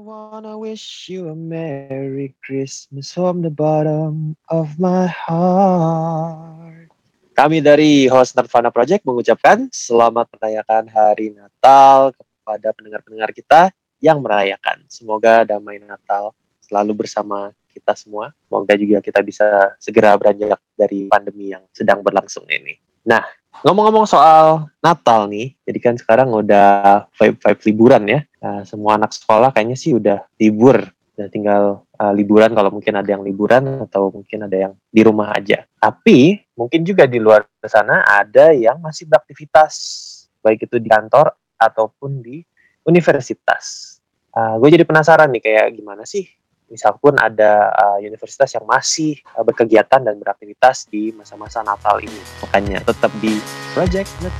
wanna wish you a Merry Christmas from the bottom of my heart. Kami dari host Nirvana Project mengucapkan selamat merayakan Hari Natal kepada pendengar-pendengar kita yang merayakan. Semoga damai Natal selalu bersama kita semua. Semoga juga kita bisa segera beranjak dari pandemi yang sedang berlangsung ini. Nah, ngomong-ngomong soal Natal nih, jadi kan sekarang udah vibe-vibe liburan ya. Semua anak sekolah kayaknya sih udah libur. Udah tinggal liburan kalau mungkin ada yang liburan atau mungkin ada yang di rumah aja. Tapi mungkin juga di luar sana ada yang masih beraktivitas. Baik itu di kantor ataupun di universitas. Gue jadi penasaran nih kayak gimana sih misal pun ada universitas yang masih berkegiatan dan beraktivitas di masa-masa Natal ini. Makanya tetap di Project Net.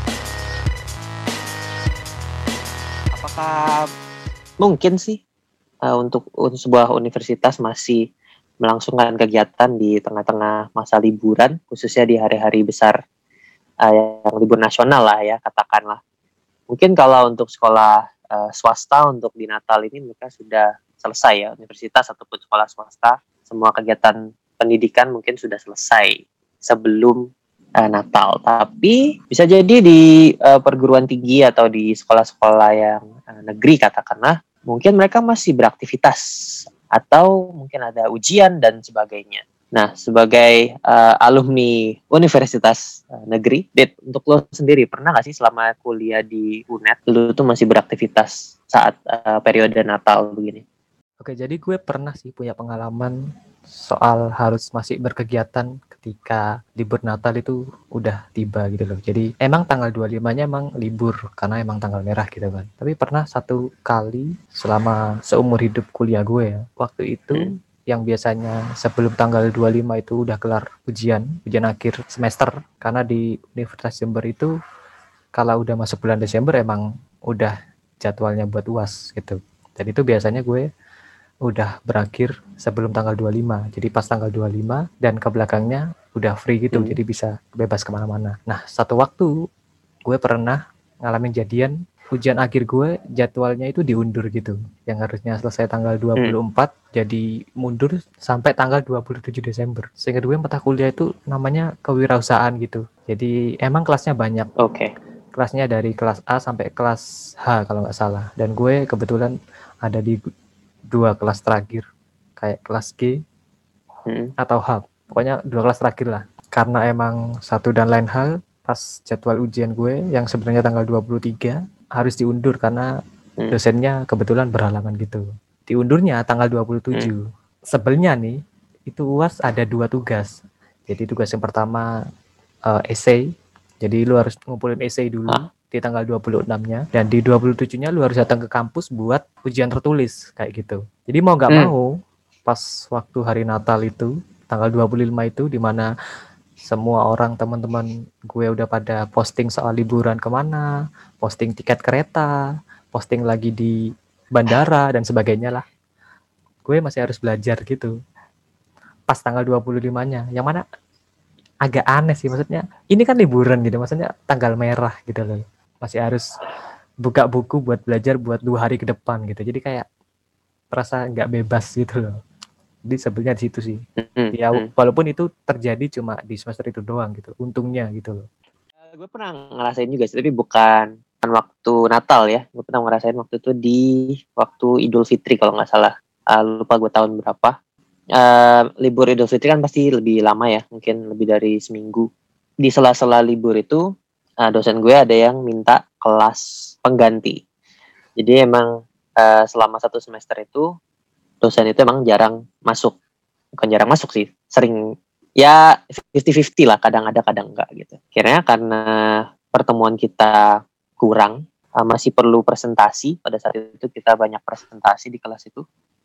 Apakah mungkin sih untuk sebuah universitas masih melangsungkan kegiatan di tengah-tengah masa liburan, khususnya di hari-hari besar yang libur nasional lah ya, katakanlah. Mungkin kalau untuk sekolah swasta untuk di Natal ini mereka sudah selesai ya, universitas ataupun sekolah swasta, semua kegiatan pendidikan mungkin sudah selesai sebelum Natal. Tapi bisa jadi di perguruan tinggi atau di sekolah-sekolah yang negeri katakanlah, mungkin mereka masih beraktivitas atau mungkin ada ujian dan sebagainya. Nah, sebagai alumni universitas negeri, Dit, untuk lo sendiri, pernah nggak sih selama kuliah di UNED, lo tuh masih beraktivitas saat periode Natal begini? Oke, jadi gue pernah sih punya pengalaman soal harus masih berkegiatan ketika libur Natal itu udah tiba gitu loh. Jadi emang tanggal 25-nya emang libur karena emang tanggal merah gitu kan. Tapi pernah satu kali selama seumur hidup kuliah gue ya, waktu itu yang biasanya sebelum tanggal 25 itu udah kelar ujian akhir semester, karena di Universitas Jember itu kalau udah masuk bulan Desember emang udah jadwalnya buat UAS gitu. Dan itu biasanya gue udah berakhir sebelum tanggal 25. Jadi pas tanggal 25 dan ke belakangnya udah free gitu. Jadi bisa bebas kemana-mana. Nah, satu waktu gue pernah ngalamin jadian ujian akhir gue jadwalnya itu diundur gitu. Yang harusnya selesai tanggal 24 jadi mundur sampai tanggal 27 Desember. Sehingga gue mata kuliah itu namanya kewirausahaan gitu. Jadi emang kelasnya banyak. Oke. Kelasnya dari kelas A sampai kelas H kalau nggak salah. Dan gue kebetulan ada di 2 kelas terakhir, kayak kelas G atau H, pokoknya 2 kelas terakhir lah. Karena emang satu dan lain hal, pas jadwal ujian gue yang sebenarnya tanggal 23 harus diundur karena dosennya kebetulan berhalangan gitu. Diundurnya tanggal 27. Sebelnya nih, itu UAS ada 2 tugas. Jadi tugas yang pertama essay. Jadi lu harus ngumpulin essay dulu di tanggal 26-nya, dan di 27-nya lu harus datang ke kampus buat ujian tertulis kayak gitu. Jadi mau nggak mau pas waktu hari Natal itu tanggal 25 itu, dimana semua orang teman-teman gue udah pada posting soal liburan kemana, posting tiket kereta, posting lagi di bandara dan sebagainya lah. Gue masih harus belajar gitu pas tanggal 25-nya, yang mana agak aneh sih, maksudnya ini kan liburan gitu, maksudnya tanggal merah gitu loh, masih harus buka buku buat belajar buat 2 hari ke depan gitu. Jadi kayak terasa nggak bebas gitu loh. Jadi sebelnya di situ sih. Ya walaupun itu terjadi cuma di semester itu doang gitu, untungnya gitu loh. Gue pernah ngerasain juga sih, tapi bukan waktu Natal ya. Gue pernah ngerasain waktu itu di waktu Idul Fitri kalau nggak salah. Lupa gue tahun berapa. Libur Idul Fitri kan pasti lebih lama ya, mungkin lebih dari seminggu. Di sela-sela libur itu dosen gue ada yang minta kelas pengganti. Jadi emang selama satu semester itu dosen itu emang jarang masuk. Bukan jarang masuk sih, sering ya 50-50 lah, kadang ada kadang enggak gitu. Akhirnya karena pertemuan kita kurang, masih perlu presentasi, pada saat itu kita banyak presentasi di kelas itu.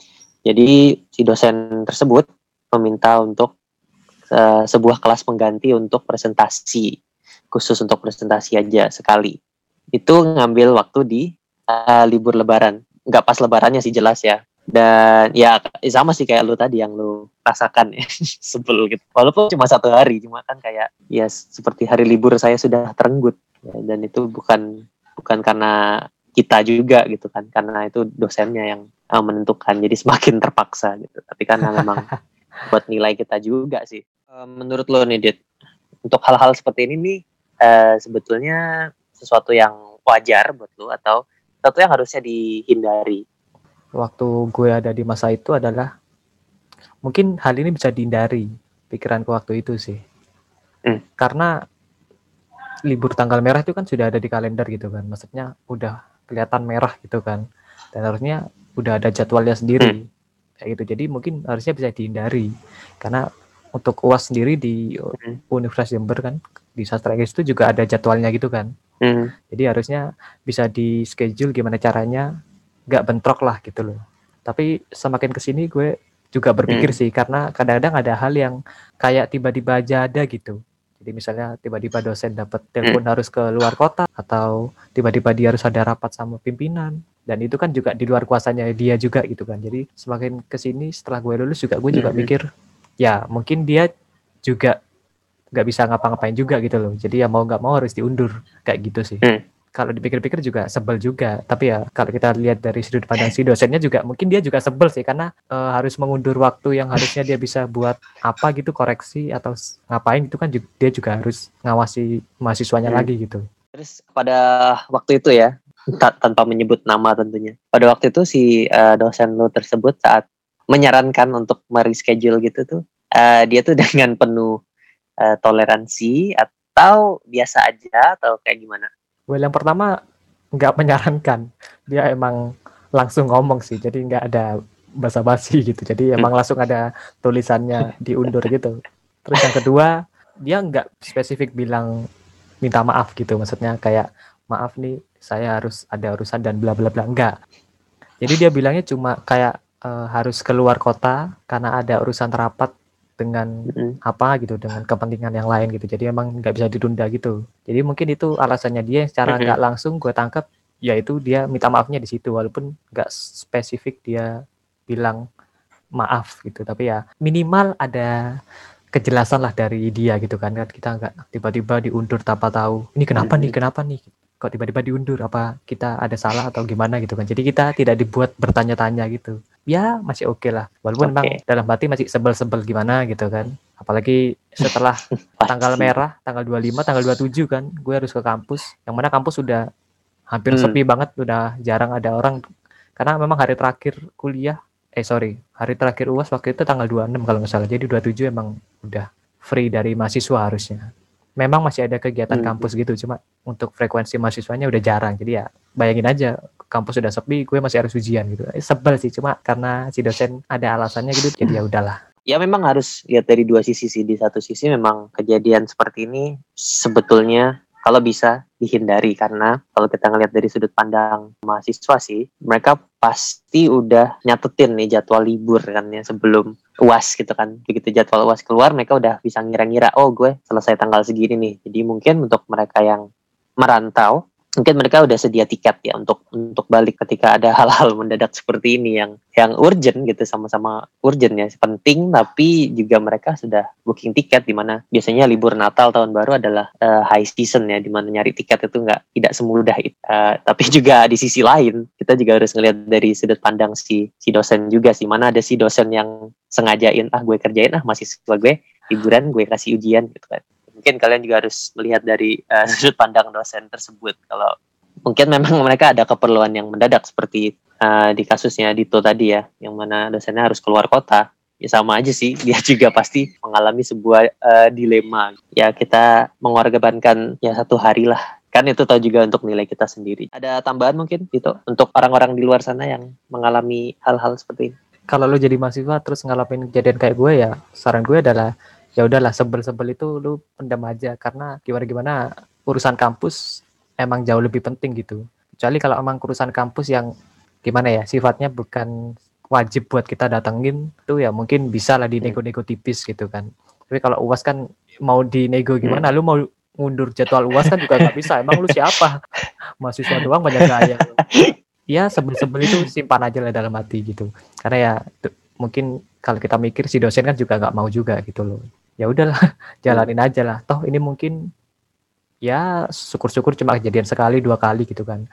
Jadi si dosen tersebut meminta untuk sebuah kelas pengganti untuk presentasi, khusus untuk presentasi aja sekali. Itu ngambil waktu di libur lebaran. Nggak pas lebarannya sih jelas ya. Dan ya sama sih kayak lu tadi yang lu rasakan ya, sebel gitu. Walaupun cuma 1 hari, cuma kan kayak ya seperti hari libur saya sudah terenggut. Ya, dan itu bukan karena kita juga gitu kan, karena itu dosennya yang menentukan, jadi semakin terpaksa gitu. Tapi karena memang buat nilai kita juga sih. Menurut lo nih Dit, untuk hal-hal seperti ini nih sebetulnya sesuatu yang wajar buat lo atau sesuatu yang harusnya dihindari? Waktu gue ada di masa itu adalah mungkin hal ini bisa dihindari, pikiranku waktu itu sih. Karena libur tanggal merah itu kan sudah ada di kalender gitu kan, maksudnya udah kelihatan merah gitu kan, dan harusnya udah ada jadwalnya sendiri kayak gitu. Jadi mungkin harusnya bisa dihindari, karena untuk UAS sendiri di Universitas Jember kan, di Sastra Inggris itu juga ada jadwalnya gitu kan. Jadi harusnya bisa di schedule gimana caranya nggak bentrok lah gitu loh. Tapi semakin kesini gue juga berpikir sih, karena kadang-kadang ada hal yang kayak tiba-tiba aja ada gitu. Jadi misalnya tiba-tiba dosen dapat telepon harus ke luar kota, atau tiba-tiba dia harus ada rapat sama pimpinan, dan itu kan juga di luar kuasanya dia juga gitu kan. Jadi semakin kesini setelah gue lulus juga gue juga mikir ya mungkin dia juga nggak bisa ngapa-ngapain juga gitu loh. Jadi ya mau nggak mau harus diundur kayak gitu sih. Kalau dipikir-pikir juga sebel juga, tapi ya kalau kita lihat dari sudut pandang si dosennya juga mungkin dia juga sebel sih, karena harus mengundur waktu yang harusnya dia bisa buat apa gitu, koreksi atau ngapain itu kan dia juga harus ngawasi mahasiswanya lagi gitu. Terus pada waktu itu ya, tanpa menyebut nama tentunya, pada waktu itu si dosen lo tersebut saat menyarankan untuk mereschedule gitu tuh, dia tuh dengan penuh toleransi atau biasa aja atau kayak gimana? Well, yang pertama nggak menyarankan, dia emang langsung ngomong sih, jadi nggak ada basa-basi gitu, jadi emang langsung ada tulisannya diundur gitu. Terus yang kedua, dia nggak spesifik bilang minta maaf gitu, maksudnya kayak maaf nih saya harus ada urusan dan bla bla bla, enggak. Jadi dia bilangnya cuma kayak harus keluar kota karena ada urusan rapat dengan apa gitu, dengan kepentingan yang lain gitu. Jadi emang nggak bisa ditunda gitu. Jadi mungkin itu alasannya dia, secara nggak langsung gue tangkap, yaitu dia minta maafnya di situ, walaupun nggak spesifik dia bilang maaf gitu. Tapi ya minimal ada kejelasan lah dari dia gitu kan. Kita nggak tiba-tiba diundur tanpa tahu. Ini kenapa nih? Kok tiba-tiba diundur? Apa kita ada salah atau gimana gitu kan? Jadi kita tidak dibuat bertanya-tanya gitu. Ya masih oke lah, walaupun memang dalam hati masih sebel-sebel gimana gitu kan. Apalagi setelah tanggal merah, tanggal 25, tanggal 27 kan, gue harus ke kampus, yang mana kampus udah hampir sepi banget, udah jarang ada orang, karena memang hari terakhir kuliah, hari terakhir UAS waktu itu tanggal 26 kalau nggak salah, jadi 27 emang udah free dari mahasiswa harusnya. Memang masih ada kegiatan kampus gitu, cuma untuk frekuensi mahasiswanya udah jarang, jadi ya bayangin aja, kampus udah sepi, gue masih harus ujian gitu. Sebel sih, cuma karena si dosen ada alasannya gitu, jadi ya udahlah. Ya memang harus lihat dari dua sisi sih. Di satu sisi memang kejadian seperti ini sebetulnya kalau bisa dihindari, karena kalau kita ngelihat dari sudut pandang mahasiswa sih, mereka pasti udah nyatetin nih jadwal libur kan ya sebelum UAS gitu kan. Begitu jadwal UAS keluar, mereka udah bisa ngira-ngira, oh gue selesai tanggal segini nih. Jadi mungkin untuk mereka yang merantau, mungkin mereka udah sedia tiket ya untuk balik ketika ada hal-hal mendadak seperti ini yang urgent gitu, sama-sama urgent ya, penting, tapi juga mereka sudah booking tiket, di mana biasanya libur Natal tahun baru adalah high season ya, di mana nyari tiket itu tidak semudah itu. Tapi juga di sisi lain kita juga harus ngelihat dari sudut pandang si dosen juga sih, mana ada si dosen yang sengajain gue kerjain mahasiswa gue liburan, gue kasih ujian gitu kan. Mungkin kalian juga harus melihat dari sudut pandang dosen tersebut. Kalau mungkin memang mereka ada keperluan yang mendadak seperti di kasusnya Dito tadi ya, yang mana dosennya harus keluar kota. Ya sama aja sih, dia juga pasti mengalami sebuah dilema. Ya kita mengorbankan ya satu hari lah. Kan itu tahu juga untuk nilai kita sendiri. Ada tambahan mungkin gitu untuk orang-orang di luar sana yang mengalami hal-hal seperti ini? Kalau lo jadi mahasiswa terus ngalamin kejadian kayak gue, ya saran gue adalah ya udahlah, sebel-sebel itu lu pendam aja, karena gimana urusan kampus emang jauh lebih penting gitu. Kecuali kalau emang urusan kampus yang gimana ya, sifatnya bukan wajib buat kita datengin, tuh ya mungkin bisa lah dinego-nego tipis gitu kan. Tapi kalau UAS kan mau dinego gimana, lu mau ngundur jadwal UAS kan juga nggak bisa. Emang lu siapa? Mahasiswa doang banyak gaya. Ya sebel-sebel itu simpan aja lah dalam hati gitu. Karena ya mungkin kalau kita mikir si dosen kan juga nggak mau juga gitu loh. Ya udahlah, jalanin aja lah. Toh ini mungkin ya syukur-syukur cuma kejadian sekali 2 kali gitu kan.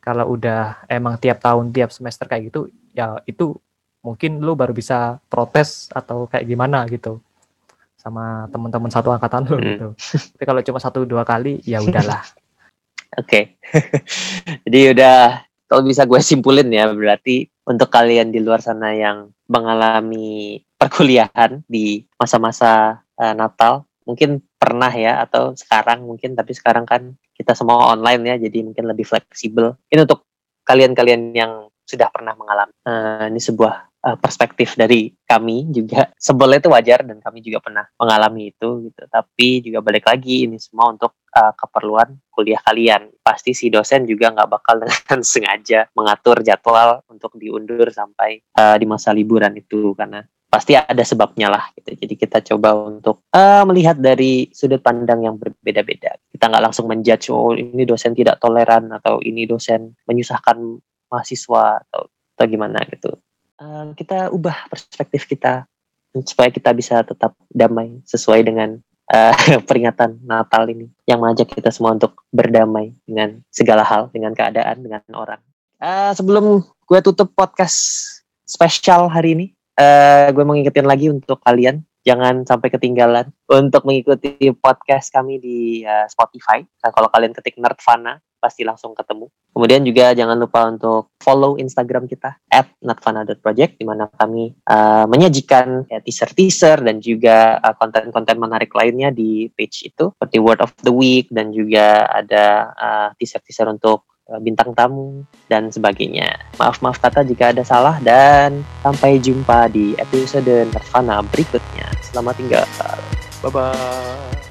Kalau udah emang tiap tahun, tiap semester kayak gitu, ya itu mungkin lu baru bisa protes atau kayak gimana gitu sama teman-teman satu angkatan lu gitu. Tapi kalau cuma 1-2 kali, ya udahlah. Oke. Jadi udah, kalau bisa gue simpulin ya, berarti untuk kalian di luar sana yang mengalami perkuliahan di masa-masa Natal, mungkin pernah ya, atau sekarang mungkin, tapi sekarang kan kita semua online ya, jadi mungkin lebih fleksibel. Ini untuk kalian-kalian yang sudah pernah mengalami. Ini sebuah perspektif dari kami juga. Sebel itu wajar, dan kami juga pernah mengalami itu gitu. Tapi juga balik lagi, ini semua untuk keperluan kuliah kalian. Pasti si dosen juga nggak bakal dengan sengaja mengatur jadwal untuk diundur sampai di masa liburan itu, karena pasti ada sebabnya lah gitu. Jadi kita coba untuk melihat dari sudut pandang yang berbeda-beda. Kita nggak langsung menjudge, oh ini dosen tidak toleran, atau ini dosen menyusahkan mahasiswa, atau gimana gitu. Kita ubah perspektif kita supaya kita bisa tetap damai sesuai dengan peringatan Natal ini, yang mengajak kita semua untuk berdamai dengan segala hal, dengan keadaan, dengan orang. Sebelum gue tutup podcast spesial hari ini, gue mau ngingetin lagi untuk kalian, jangan sampai ketinggalan untuk mengikuti podcast kami di Spotify. Nah, kalau kalian ketik Nerdvana, pasti langsung ketemu. Kemudian juga jangan lupa untuk follow Instagram kita @nerdvana.project, di mana kami menyajikan teaser-teaser dan juga konten-konten menarik lainnya di page itu, seperti Word of the Week, dan juga ada teaser-teaser untuk bintang tamu dan sebagainya. Maaf kata jika ada salah, dan sampai jumpa di episode Nerdvana berikutnya. Selamat tinggal. Bye-bye.